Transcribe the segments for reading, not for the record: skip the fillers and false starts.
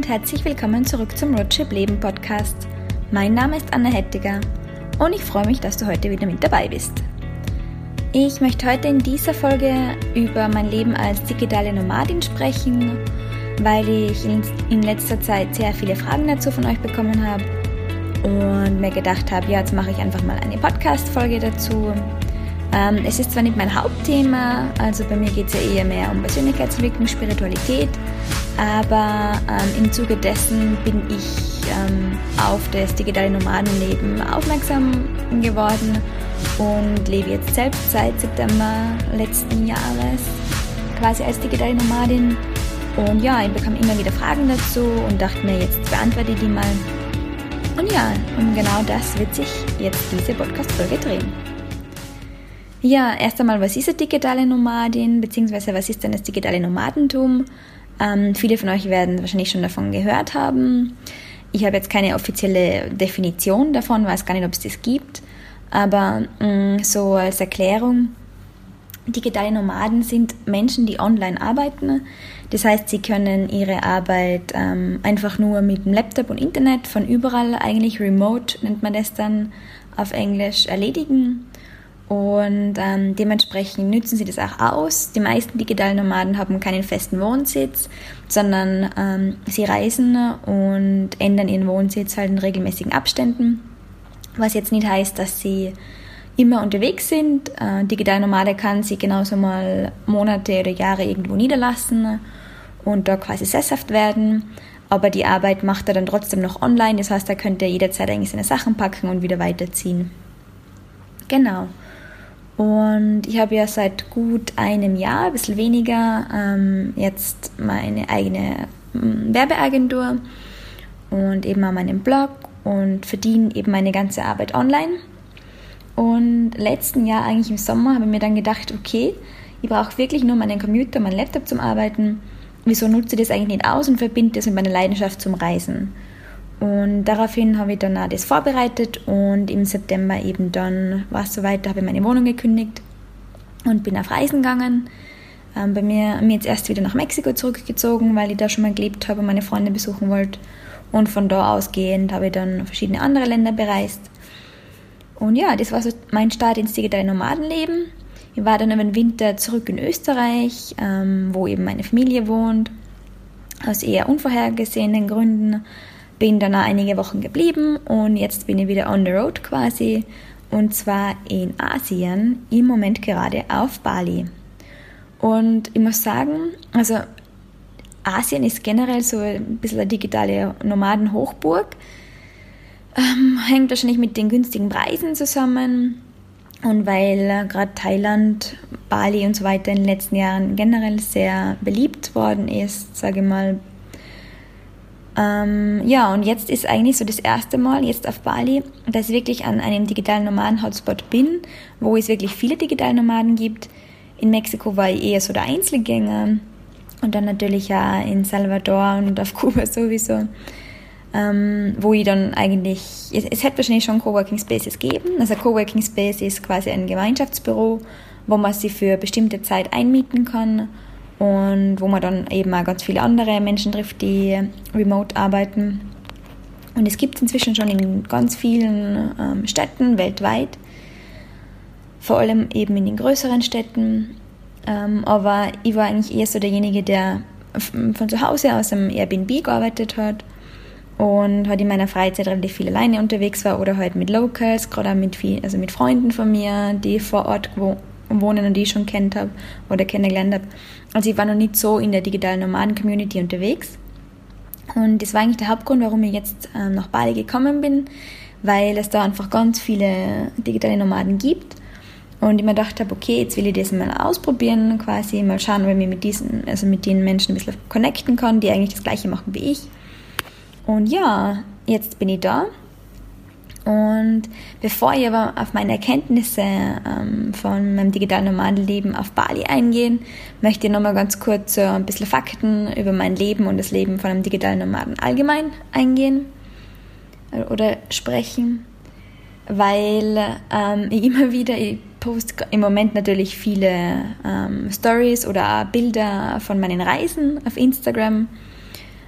und herzlich willkommen zurück zum Roadtrip Leben Podcast. Mein Name ist Anna Hettiger und ich freue mich, dass du heute wieder mit dabei bist. Ich möchte heute in dieser Folge über mein Leben als digitale Nomadin sprechen, weil ich in letzter Zeit sehr viele Fragen dazu von euch bekommen habe und mir gedacht habe, ja, jetzt mache ich einfach mal eine Podcast-Folge dazu. Es ist zwar nicht mein Hauptthema, also bei mir geht es ja eher mehr um Persönlichkeitsentwicklung, Spiritualität, aber im Zuge dessen bin ich auf das digitale Nomadenleben aufmerksam geworden und lebe jetzt selbst seit September letzten Jahres quasi als digitale Nomadin. Und ja, ich bekam immer wieder Fragen dazu und dachte mir, jetzt beantworte ich die mal. Und ja, um genau das wird sich jetzt diese Podcast-Folge drehen. Ja, erst einmal, was ist eine digitale Nomadin, beziehungsweise was ist denn das digitale Nomadentum? Viele von euch werden wahrscheinlich schon davon gehört haben. Ich habe jetzt keine offizielle Definition davon, weiß gar nicht, ob es das gibt, aber so als Erklärung, digitale Nomaden sind Menschen, die online arbeiten. Das heißt, sie können ihre Arbeit einfach nur mit dem Laptop und Internet von überall, eigentlich remote nennt man das dann auf Englisch, erledigen. Und dementsprechend nützen sie das auch aus. Die meisten digitalen Nomaden haben keinen festen Wohnsitz, sondern sie reisen und ändern ihren Wohnsitz halt in regelmäßigen Abständen. Was jetzt nicht heißt, dass sie immer unterwegs sind. Digitale Nomade kann sie genauso mal Monate oder Jahre irgendwo niederlassen und da quasi sesshaft werden. Aber die Arbeit macht er dann trotzdem noch online. Das heißt, er könnte jederzeit eigentlich seine Sachen packen und wieder weiterziehen. Genau. Und ich habe ja seit gut einem Jahr, ein bisschen weniger, jetzt meine eigene Werbeagentur und eben auch meinen Blog und verdiene eben meine ganze Arbeit online. Und letzten Jahr, eigentlich im Sommer, habe ich mir dann gedacht, okay, ich brauche wirklich nur meinen Computer, meinen Laptop zum Arbeiten. Wieso nutze ich das eigentlich nicht aus und verbinde das mit meiner Leidenschaft zum Reisen? Und daraufhin habe ich dann auch das vorbereitet und im September eben dann war es soweit, da habe ich meine Wohnung gekündigt und bin auf Reisen gegangen. Bin jetzt erst wieder nach Mexiko zurückgezogen, weil ich da schon mal gelebt habe und meine Freunde besuchen wollte. Und von da ausgehend habe ich dann verschiedene andere Länder bereist. Und ja, das war so mein Start ins digitale Nomadenleben. Ich war dann über den Winter zurück in Österreich, wo eben meine Familie wohnt, aus eher unvorhergesehenen Gründen. Bin dann auch einige Wochen geblieben und jetzt bin ich wieder on the road quasi und zwar in Asien, im Moment gerade auf Bali. Und ich muss sagen, also Asien ist generell so ein bisschen eine digitale Nomadenhochburg, hängt wahrscheinlich mit den günstigen Preisen zusammen und weil gerade Thailand, Bali und so weiter in den letzten Jahren generell sehr beliebt worden ist, sage ich mal. Ja, und jetzt ist eigentlich so das erste Mal jetzt auf Bali, dass ich wirklich an einem digitalen Nomaden-Hotspot bin, wo es wirklich viele digitale Nomaden gibt. In Mexiko war ich eher so der Einzelgänger und dann natürlich auch in Salvador und auf Kuba sowieso, wo ich dann eigentlich, es hätte wahrscheinlich schon Coworking Spaces geben. Also Coworking Space ist quasi ein Gemeinschaftsbüro, wo man sich für bestimmte Zeit einmieten kann. Und wo man dann eben auch ganz viele andere Menschen trifft, die remote arbeiten. Und es gibt es inzwischen schon in ganz vielen Städten weltweit, vor allem eben in den größeren Städten. Aber ich war eigentlich eher so derjenige, der von zu Hause aus am Airbnb gearbeitet hat und halt in meiner Freizeit relativ viel alleine unterwegs war oder halt mit Locals, gerade auch mit Freunden von mir, die vor Ort wohnen und die ich schon kennt habe oder kennengelernt habe. Also ich war noch nicht so in der digitalen Nomaden-Community unterwegs. Und das war eigentlich der Hauptgrund, warum ich jetzt nach Bali gekommen bin, weil es da einfach ganz viele digitale Nomaden gibt. Und ich mir gedacht habe, okay, jetzt will ich das mal ausprobieren, quasi mal schauen, ob ich mit den Menschen ein bisschen connecten kann, die eigentlich das Gleiche machen wie ich. Und ja, jetzt bin ich da. Und bevor ich aber auf meine Erkenntnisse von meinem digitalen Nomadenleben auf Bali eingehe, möchte ich nochmal ganz kurz so ein bisschen Fakten über mein Leben und das Leben von einem digitalen Nomaden allgemein eingehen oder sprechen, weil ich poste im Moment natürlich viele Stories oder Bilder von meinen Reisen auf Instagram.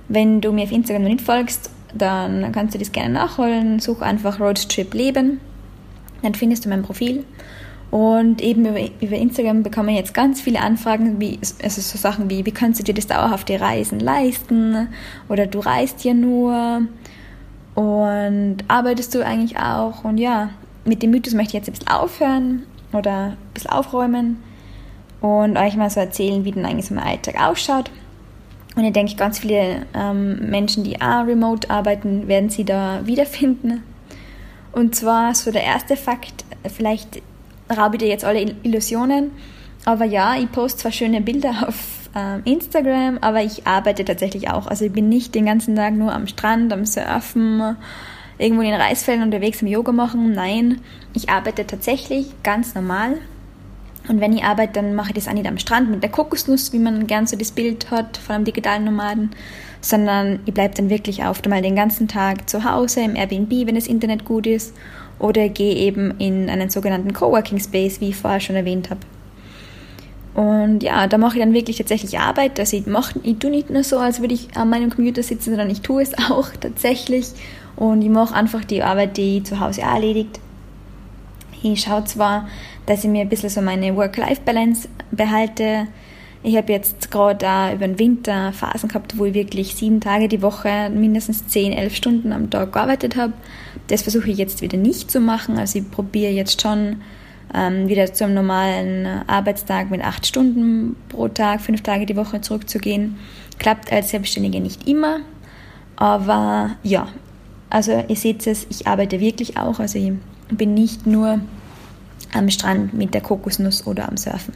Wenn du mir auf Instagram noch nicht folgst, dann kannst du das gerne nachholen. Such einfach Roadtrip Leben, dann findest du mein Profil. Und eben über Instagram bekomme ich jetzt ganz viele Anfragen, also so Sachen wie kannst du dir das dauerhafte Reisen leisten? Oder du reist ja nur und arbeitest du eigentlich auch? Und ja, mit dem Mythos möchte ich jetzt ein bisschen aufhören oder ein bisschen aufräumen und euch mal so erzählen, wie denn eigentlich so mein Alltag ausschaut. Und ich denke, ganz viele Menschen, die auch remote arbeiten, werden sie da wiederfinden. Und zwar so der erste Fakt, vielleicht raube ich dir jetzt alle Illusionen, aber ja, ich poste zwar schöne Bilder auf Instagram, aber ich arbeite tatsächlich auch. Also ich bin nicht den ganzen Tag nur am Strand, am Surfen, irgendwo in den Reisfeldern unterwegs am Yoga machen. Nein, ich arbeite tatsächlich ganz normal. Und wenn ich arbeite, dann mache ich das auch nicht am Strand mit der Kokosnuss, wie man gern so das Bild hat von einem digitalen Nomaden, sondern ich bleibe dann wirklich oft einmal den ganzen Tag zu Hause im Airbnb, wenn das Internet gut ist, oder gehe eben in einen sogenannten Coworking Space, wie ich vorher schon erwähnt habe. Und ja, da mache ich dann wirklich tatsächlich Arbeit. Also ich tue nicht nur so, als würde ich an meinem Computer sitzen, sondern ich tue es auch tatsächlich. Und ich mache einfach die Arbeit, die zu Hause auch erledigt. Ich schaue zwar, dass ich mir ein bisschen so meine Work-Life-Balance behalte. Ich habe jetzt gerade da über den Winter Phasen gehabt, wo ich wirklich 7 Tage die Woche mindestens 10, 11 Stunden am Tag gearbeitet habe. Das versuche ich jetzt wieder nicht zu machen. Also ich probiere jetzt schon wieder zum normalen Arbeitstag mit 8 Stunden pro Tag, 5 Tage die Woche zurückzugehen. Klappt als Selbstständige nicht immer, aber ja, also ihr seht es, ich arbeite wirklich auch. Also ich bin nicht nur am Strand mit der Kokosnuss oder am Surfen.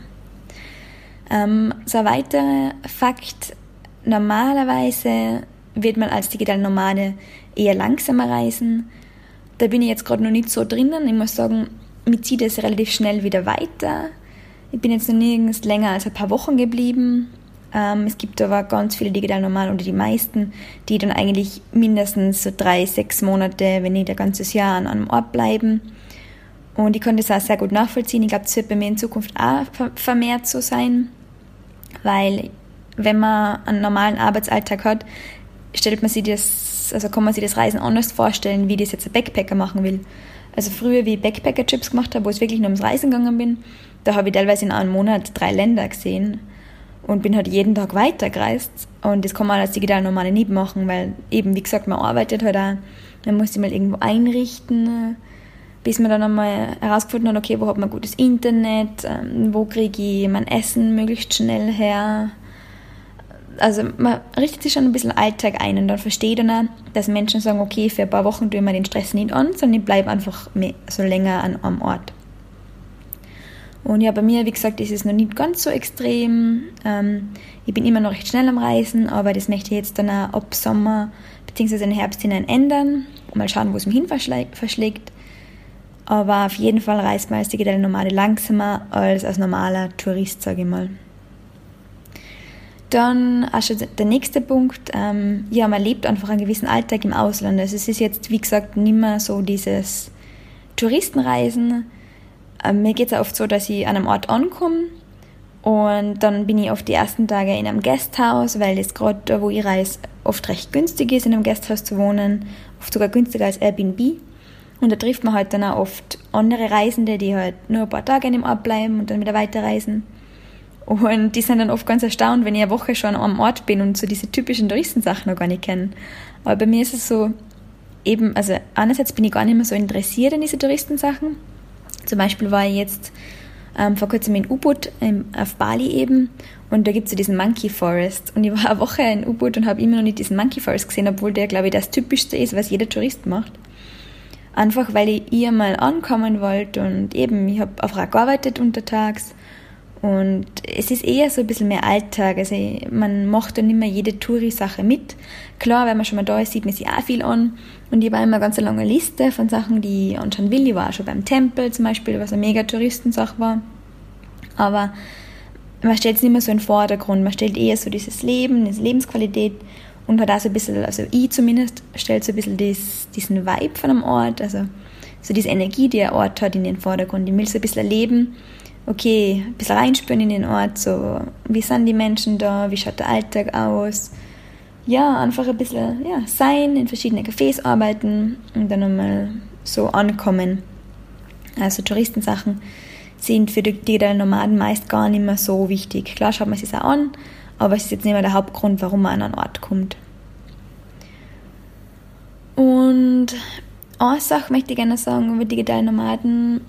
So ein weiterer Fakt, normalerweise wird man als digitale Nomade eher langsamer reisen. Da bin ich jetzt gerade noch nicht so drinnen. Ich muss sagen, mir zieht es relativ schnell wieder weiter. Ich bin jetzt noch nirgends länger als ein paar Wochen geblieben. Es gibt aber ganz viele digitale Nomaden oder die meisten, die dann eigentlich mindestens so 3-6 Monate, wenn nicht ein ganzes Jahr an einem Ort bleiben. Und ich konnte das auch sehr gut nachvollziehen. Ich glaube, das wird bei mir in Zukunft auch vermehrt so sein, weil wenn man einen normalen Arbeitsalltag hat, kann man sich das Reisen anders vorstellen, wie das jetzt ein Backpacker machen will. Also früher, wie ich Backpacker-Trips gemacht habe, wo es wirklich nur ums Reisen gegangen bin, da habe ich teilweise in einem Monat 3 Länder gesehen und bin halt jeden Tag weitergereist. Und das kann man als digitale Nomade nicht machen, weil eben, wie gesagt, man arbeitet halt auch, man muss sich mal irgendwo einrichten, bis man dann einmal herausgefunden hat, okay, wo hat man gutes Internet, wo kriege ich mein Essen möglichst schnell her. Also man richtet sich schon ein bisschen Alltag ein und dann verstehe ich dann auch, dass Menschen sagen, okay, für ein paar Wochen tue ich mir den Stress nicht an, sondern ich bleibe einfach so länger am Ort. Und ja, bei mir, wie gesagt, ist es noch nicht ganz so extrem. Ich bin immer noch recht schnell am Reisen, aber das möchte ich jetzt dann auch ab Sommer bzw. im Herbst hinein ändern. Mal schauen, wo es mich hin verschlägt. Aber auf jeden Fall reist man als digitale Nomade langsamer als normaler Tourist, sage ich mal. Dann also der nächste Punkt, ja, man lebt einfach einen gewissen Alltag im Ausland. Also es ist jetzt, wie gesagt, nicht mehr so dieses Touristenreisen. Mir geht es oft so, dass ich an einem Ort ankomme und dann bin ich oft die ersten Tage in einem Gasthaus, weil es gerade da, wo ich reise, oft recht günstig ist, in einem Gasthaus zu wohnen, oft sogar günstiger als Airbnb. Und da trifft man halt dann auch oft andere Reisende, die halt nur ein paar Tage in dem Ort bleiben und dann wieder weiterreisen. Und die sind dann oft ganz erstaunt, wenn ich eine Woche schon am Ort bin und so diese typischen Touristensachen noch gar nicht kenne. Aber bei mir ist es so, eben, also einerseits bin ich gar nicht mehr so interessiert in diese Touristensachen. Zum Beispiel war ich jetzt vor kurzem in Ubud auf Bali eben und da gibt es so diesen Monkey Forest. Und ich war eine Woche in Ubud und habe immer noch nicht diesen Monkey Forest gesehen, obwohl der, glaube ich, das Typischste ist, was jeder Tourist macht. Einfach, weil ich hier mal ankommen wollte und eben, ich habe auf Rad gearbeitet untertags und es ist eher so ein bisschen mehr Alltag, also man macht dann nicht mehr jede Touri-Sache mit. Klar, wenn man schon mal da ist, sieht man sich auch viel an und ich habe immer eine ganz lange Liste von Sachen, die ich anschauen will. Ich war auch schon beim Tempel zum Beispiel, was eine mega Touristensache war, aber man stellt es nicht mehr so in den Vordergrund, man stellt eher so dieses Leben, diese Lebensqualität und hat auch so ein bisschen, also ich zumindest, stellt so ein bisschen diesen Vibe von einem Ort, also so diese Energie, die ein Ort hat, in den Vordergrund. Ich will so ein bisschen erleben, okay, ein bisschen reinspüren in den Ort, so wie sind die Menschen da, wie schaut der Alltag aus, einfach ein bisschen sein, in verschiedenen Cafés arbeiten und dann einmal so ankommen. Also Touristensachen sind für die digitalen Nomaden meist gar nicht mehr so wichtig. Klar schaut man sich das auch an, aber es ist jetzt nicht mehr der Hauptgrund, warum man an einen Ort kommt. Und eine Sache möchte ich gerne sagen über digitale Nomaden.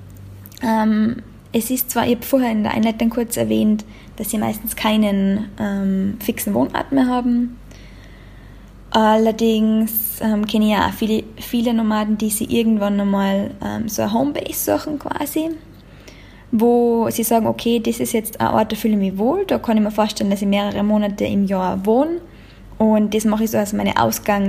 Es ist zwar, ich habe vorher in der Einleitung kurz erwähnt, dass sie meistens keinen fixen Wohnort mehr haben. Allerdings kenne ich ja auch viele Nomaden, die sich irgendwann einmal so eine Homebase suchen quasi, wo sie sagen, okay, das ist jetzt ein Ort, da fühle ich mich wohl, da kann ich mir vorstellen, dass ich mehrere Monate im Jahr wohne und das mache ich so als meinem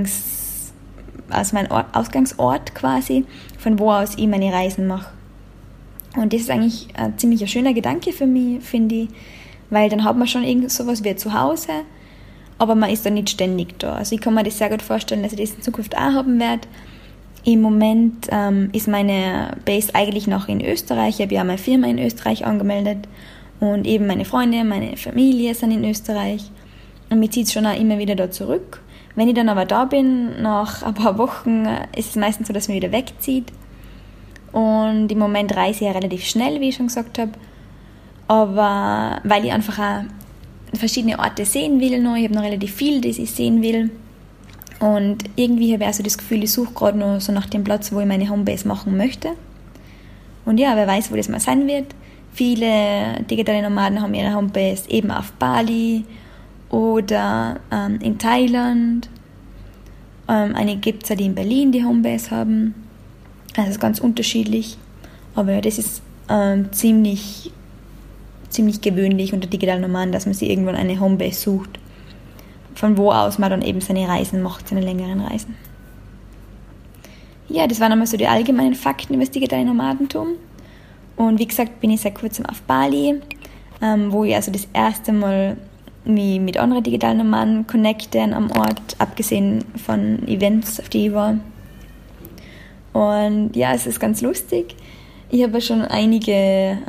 Ausgangsort quasi, von wo aus ich meine Reisen mache. Und das ist eigentlich ein ziemlich schöner Gedanke für mich, finde ich, weil dann hat man schon irgend sowas wie zu Hause, aber man ist dann nicht ständig da. Also ich kann mir das sehr gut vorstellen, dass ich das in Zukunft auch haben werde. Im Moment ist meine Base eigentlich noch in Österreich. Ich habe ja meine Firma in Österreich angemeldet und eben meine Freunde, meine Familie sind in Österreich. Und mich zieht es schon auch immer wieder da zurück. Wenn ich dann aber da bin, nach ein paar Wochen, ist es meistens so, dass man wieder wegzieht. Und im Moment reise ich ja relativ schnell, wie ich schon gesagt habe. Aber weil ich einfach auch verschiedene Orte sehen will noch. Ich habe noch relativ viel, das ich sehen will. Und irgendwie habe ich auch so das Gefühl, ich suche gerade noch so nach dem Platz, wo ich meine Homebase machen möchte. Und ja, wer weiß, wo das mal sein wird. Viele digitale Nomaden haben ihre Homebase eben auf Bali oder in Thailand. Einige gibt es ja, die in Berlin die Homebase haben. Also das ist ganz unterschiedlich. Aber ja, das ist ziemlich gewöhnlich unter digitalen Nomaden, dass man sich irgendwann eine Homebase sucht, von wo aus man dann eben seine Reisen macht, seine längeren Reisen. Ja, das waren einmal so die allgemeinen Fakten über das digitale Nomadentum. Und wie gesagt, bin ich seit kurzem auf Bali, wo ich also das erste Mal mich mit anderen digitalen Nomaden connecten am Ort, abgesehen von Events, auf die ich war. Und ja, es ist ganz lustig. Ich habe schon einige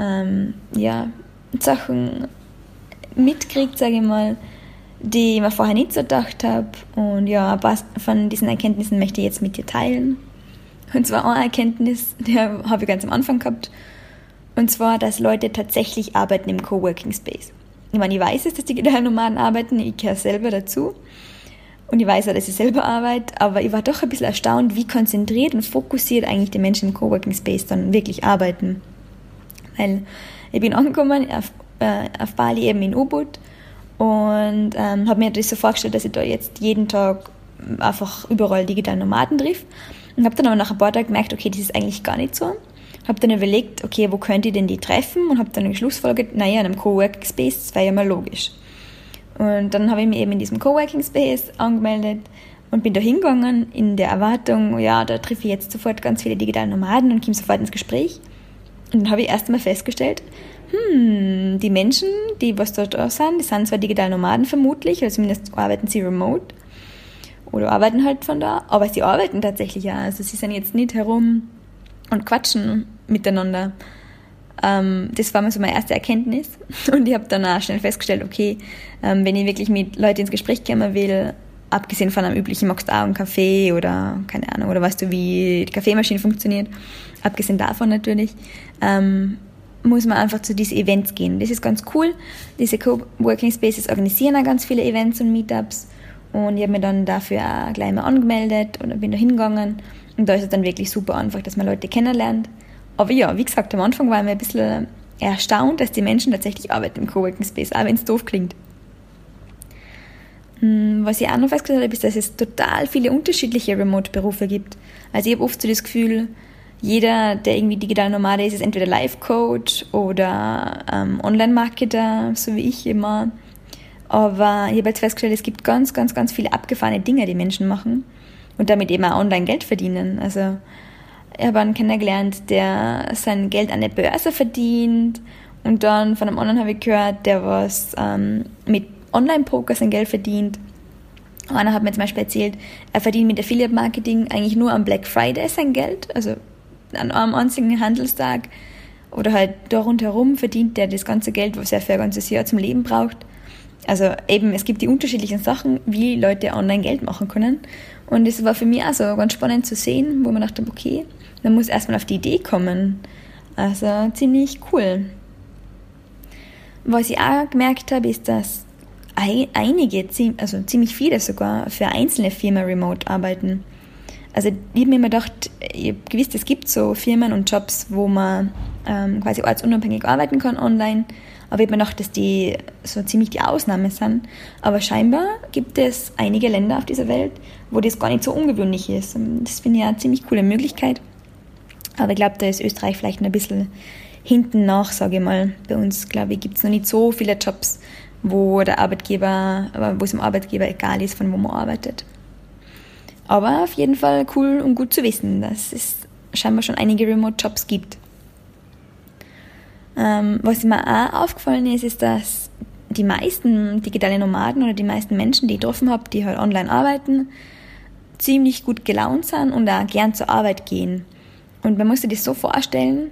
Sachen mitgekriegt, sage ich mal, die ich mir vorher nicht so gedacht habe. Und ja, ein paar von diesen Erkenntnissen möchte ich jetzt mit dir teilen. Und zwar eine Erkenntnis, die habe ich ganz am Anfang gehabt. Und zwar, dass Leute tatsächlich arbeiten im Coworking Space. Ich meine, ich weiß es, dass die digitalen Nomaden arbeiten, ich gehöre selber dazu. Und ich weiß auch, dass ich selber arbeite, aber ich war doch ein bisschen erstaunt, wie konzentriert und fokussiert eigentlich die Menschen im Coworking Space dann wirklich arbeiten. Weil ich bin angekommen auf Bali eben in Ubud und habe mir das so vorgestellt, dass ich da jetzt jeden Tag einfach überall digitale Nomaden treffe. Und habe dann aber nach ein paar Tagen gemerkt, okay, das ist eigentlich gar nicht so. Habe dann überlegt, okay, wo könnte ich denn die treffen? Und habe dann geschlussfolgert, naja, in einem Coworking Space, das wäre ja mal logisch. Und dann habe ich mich eben in diesem Coworking Space angemeldet und bin da hingegangen in der Erwartung, ja, da treffe ich jetzt sofort ganz viele digitale Nomaden und komme sofort ins Gespräch. Und dann habe ich erst einmal festgestellt, die Menschen, die was dort sind, die sind zwar digitale Nomaden vermutlich, oder zumindest arbeiten sie remote oder arbeiten halt von da, aber sie arbeiten tatsächlich auch. Also sie sind jetzt nicht herum und quatschen miteinander. Das war mal so meine erste Erkenntnis. Und ich habe dann auch schnell festgestellt, okay, wenn ich wirklich mit Leuten ins Gespräch kommen will, abgesehen von einem üblichen, magst du auch einen Kaffee oder keine Ahnung, oder weißt du, wie die Kaffeemaschine funktioniert, abgesehen davon natürlich, muss man einfach zu diesen Events gehen. Das ist ganz cool. Diese Coworking Spaces organisieren auch ganz viele Events und Meetups. Und ich habe mich dann dafür auch gleich mal angemeldet und bin da hingegangen. Und da ist es dann wirklich super einfach, dass man Leute kennenlernt. Aber ja, wie gesagt, am Anfang war ich mir ein bisschen erstaunt, dass die Menschen tatsächlich arbeiten im Coworking Space, auch wenn es doof klingt. Was ich auch noch festgestellt habe, ist, dass es total viele unterschiedliche Remote-Berufe gibt. Also ich habe oft so das Gefühl, jeder, der irgendwie digital Nomade ist entweder Life-Coach oder Online-Marketer, so wie ich immer. Aber ich habe jetzt festgestellt, es gibt ganz, ganz, ganz viele abgefahrene Dinge, die Menschen machen und damit eben auch online Geld verdienen. Also ich habe einen kennengelernt, der sein Geld an der Börse verdient, und dann von einem anderen habe ich gehört, der was mit Online-Poker sein Geld verdient. Einer hat mir zum Beispiel erzählt, er verdient mit Affiliate-Marketing eigentlich nur am Black Friday sein Geld, also an einem einzigen Handelstag, oder halt da rundherum verdient er das ganze Geld, was er für ein ganzes Jahr zum Leben braucht. Also eben, es gibt die unterschiedlichen Sachen, wie Leute online Geld machen können. Und das war für mich auch so ganz spannend zu sehen, wo man dachte, okay, man muss erstmal auf die Idee kommen. Also ziemlich cool. Was ich auch gemerkt habe, ist, dass einige, also ziemlich viele sogar, für einzelne Firmen remote arbeiten. Also ich habe mir immer gedacht, ich habe gewusst, es gibt so Firmen und Jobs, wo man quasi ortsunabhängig arbeiten kann online, aber ich habe mir gedacht, dass die so ziemlich die Ausnahme sind. Aber scheinbar gibt es einige Länder auf dieser Welt, wo das gar nicht so ungewöhnlich ist. Und das finde ich eine ziemlich coole Möglichkeit. Aber ich glaube, da ist Österreich vielleicht noch ein bisschen hinten nach, sage ich mal. Bei uns, glaube ich, gibt es noch nicht so viele Jobs, wo es dem Arbeitgeber egal ist, von wo man arbeitet. Aber auf jeden Fall cool und gut zu wissen, dass es scheinbar schon einige Remote-Jobs gibt. Was mir auch aufgefallen ist, dass die meisten digitale Nomaden oder die meisten Menschen, die ich getroffen habe, die halt online arbeiten, ziemlich gut gelaunt sind und auch gern zur Arbeit gehen. Und man muss sich das so vorstellen,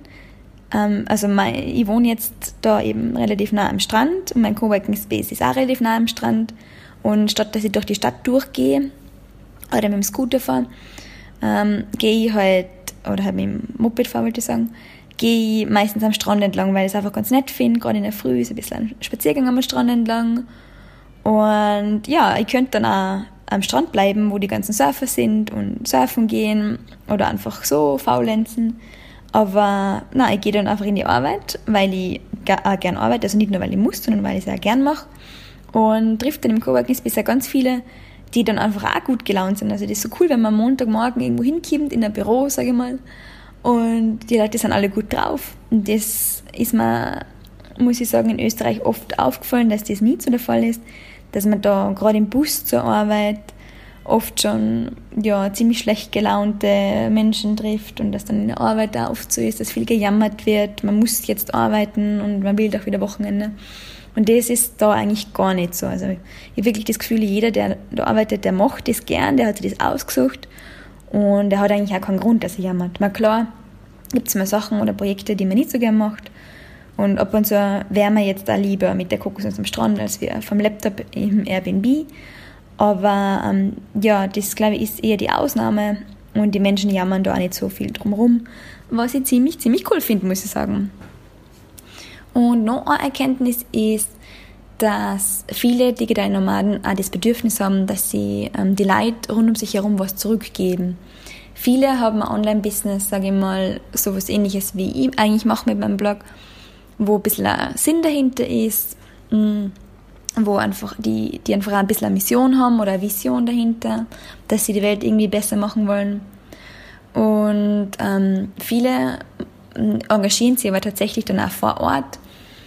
ich wohne jetzt da eben relativ nah am Strand und mein Coworking Space ist auch relativ nah am Strand. Und statt dass ich durch die Stadt durchgehe oder mit dem Scooter fahre, gehe ich halt, oder halt mit dem Moped fahre, wollte ich sagen, gehe ich meistens am Strand entlang, weil ich es einfach ganz nett finde. Gerade in der Früh ist ein bisschen ein Spaziergang am Strand entlang. Und ja, ich könnte dann auch am Strand bleiben, wo die ganzen Surfer sind und surfen gehen oder einfach so faulenzen. Aber nein, ich gehe dann einfach in die Arbeit, weil ich auch gerne arbeite. Also nicht nur, weil ich muss, sondern weil ich es auch gerne mache. Und trifft dann im Coworking Space auch ganz viele, die dann einfach auch gut gelaunt sind. Also das ist so cool, wenn man am Montagmorgen irgendwo hinkommt, in ein Büro, sage ich mal, und die Leute sind alle gut drauf. Und das ist mir, muss ich sagen, in Österreich oft aufgefallen, dass das nicht so der Fall ist, dass man da gerade im Bus zur Arbeit oft schon ziemlich schlecht gelaunte Menschen trifft und dass dann in der Arbeit auch oft so ist, dass viel gejammert wird, man muss jetzt arbeiten und man will doch wieder Wochenende. Und das ist da eigentlich gar nicht so. Also ich habe wirklich das Gefühl, jeder, der da arbeitet, der macht das gern, der hat sich das ausgesucht und der hat eigentlich auch keinen Grund, dass er jammert. Mal klar, gibt es mal Sachen oder Projekte, die man nicht so gern macht. Und ab und zu wären wir jetzt da lieber mit der Kokosnuss am Strand, als wir vom Laptop im Airbnb. Aber das, glaube ich, ist eher die Ausnahme und die Menschen jammern da auch nicht so viel drumherum, was ich ziemlich cool finde, muss ich sagen. Und noch eine Erkenntnis ist, dass viele digitale Nomaden auch das Bedürfnis haben, dass sie die Leute rund um sich herum was zurückgeben. Viele haben ein Online-Business, sage ich mal, so was Ähnliches wie ich eigentlich mache mit meinem Blog, wo ein bisschen ein Sinn dahinter ist, wo einfach die einfach ein bisschen eine Mission haben oder eine Vision dahinter, dass sie die Welt irgendwie besser machen wollen. Und viele engagieren sich aber tatsächlich dann auch vor Ort.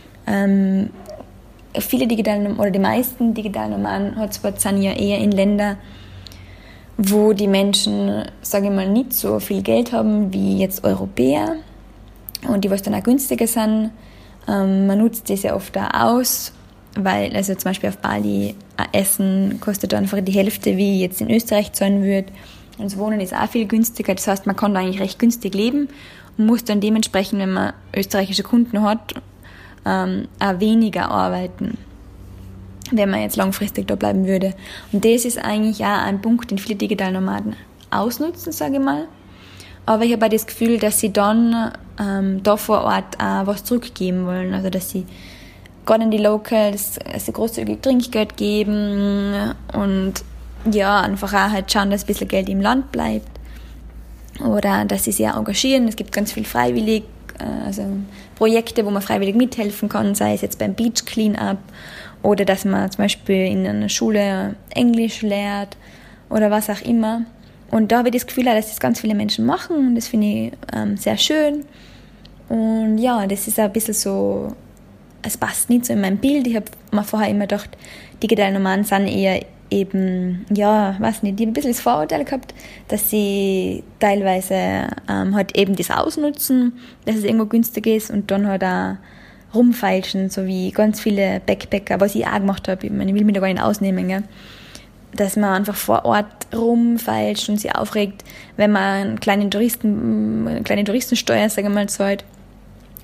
Viele oder die meisten digitalen Nomaden-Hotspots sind ja eher in Ländern, wo die Menschen, sage ich mal, nicht so viel Geld haben wie jetzt Europäer und die was dann auch günstiger sind. Man nutzt das ja oft auch aus, weil also zum Beispiel auf Bali ein Essen kostet einfach die Hälfte, wie jetzt in Österreich zahlen würde. Und das Wohnen ist auch viel günstiger. Das heißt, man kann da eigentlich recht günstig leben und muss dann dementsprechend, wenn man österreichische Kunden hat, auch weniger arbeiten, wenn man jetzt langfristig da bleiben würde. Und das ist eigentlich auch ein Punkt, den viele digitale Nomaden ausnutzen, sage ich mal. Aber ich habe auch das Gefühl, dass sie dann da vor Ort auch was zurückgeben wollen. Also dass sie gerade in die Locals großzügig Trinkgeld geben und einfach auch halt schauen, dass ein bisschen Geld im Land bleibt. Oder dass sie sich auch engagieren. Es gibt ganz viel freiwillig, also Projekte, wo man freiwillig mithelfen kann, sei es jetzt beim Beach Cleanup oder dass man zum Beispiel in einer Schule Englisch lehrt oder was auch immer. Und da habe ich das Gefühl, dass das ganz viele Menschen machen und das finde ich sehr schön. Und ja, das ist ein bisschen so, es passt nicht so in mein Bild. Ich habe mir vorher immer gedacht, digitale Nomaden sind eher eben, die haben ein bisschen das Vorurteil gehabt, dass sie teilweise halt eben das ausnutzen, dass es irgendwo günstig ist und dann halt auch rumfeilschen, so wie ganz viele Backpacker, was ich auch gemacht habe. Ich will mich da gar nicht ausnehmen, gell? Dass man einfach vor Ort rumfeilscht und sich aufregt, wenn man eine kleine Touristensteuer, sage ich mal, zahlt.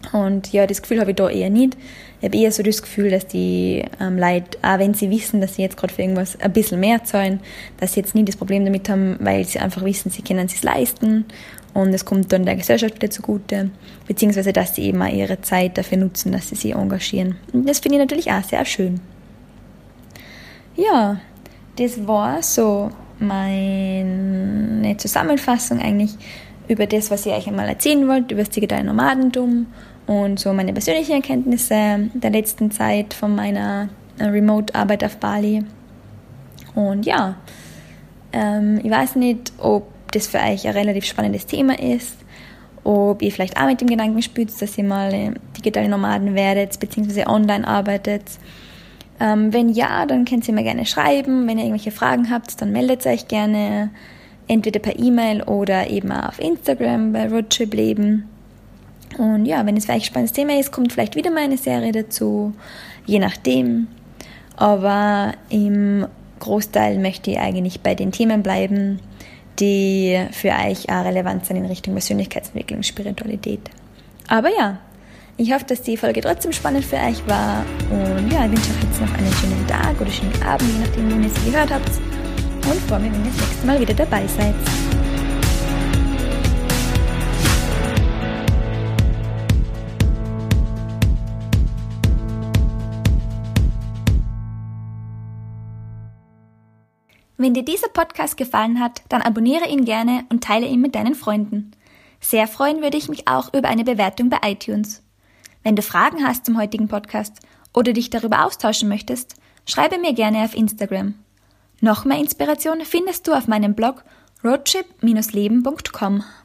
Und ja, das Gefühl habe ich da eher nicht. Ich habe eher so das Gefühl, dass die Leute, auch wenn sie wissen, dass sie jetzt gerade für irgendwas ein bisschen mehr zahlen, dass sie jetzt nie das Problem damit haben, weil sie einfach wissen, sie können es sich leisten und es kommt dann der Gesellschaft wieder zugute, beziehungsweise dass sie eben auch ihre Zeit dafür nutzen, dass sie sich engagieren. Und das finde ich natürlich auch sehr schön. Ja, das war so meine Zusammenfassung eigentlich über das, was ich euch einmal erzählen wollte, über das digitale Nomadentum und so meine persönlichen Erkenntnisse der letzten Zeit von meiner Remote-Arbeit auf Bali. Und ja, ich weiß nicht, ob das für euch ein relativ spannendes Thema ist, ob ihr vielleicht auch mit dem Gedanken spielt, dass ihr mal digitale Nomaden werdet, beziehungsweise online arbeitet. Wenn ja, dann könnt ihr mir gerne schreiben. Wenn ihr irgendwelche Fragen habt, dann meldet euch gerne entweder per E-Mail oder eben auch auf Instagram bei Roadtrip-Leben. Und ja, wenn es für euch ein spannendes Thema ist, kommt vielleicht wieder mal eine Serie dazu, je nachdem. Aber im Großteil möchte ich eigentlich bei den Themen bleiben, die für euch auch relevant sind in Richtung Persönlichkeitsentwicklung, Spiritualität. Aber ja, ich hoffe, dass die Folge trotzdem spannend für euch war. Und ja, ich wünsche euch jetzt noch einen schönen Tag oder schönen Abend, je nachdem, wo ihr es gehört habt. Und freue mich, wenn ihr das nächste Mal wieder dabei seid. Wenn dir dieser Podcast gefallen hat, dann abonniere ihn gerne und teile ihn mit deinen Freunden. Sehr freuen würde ich mich auch über eine Bewertung bei iTunes. Wenn du Fragen hast zum heutigen Podcast oder dich darüber austauschen möchtest, schreibe mir gerne auf Instagram. Noch mehr Inspiration findest du auf meinem Blog roadtrip-leben.com.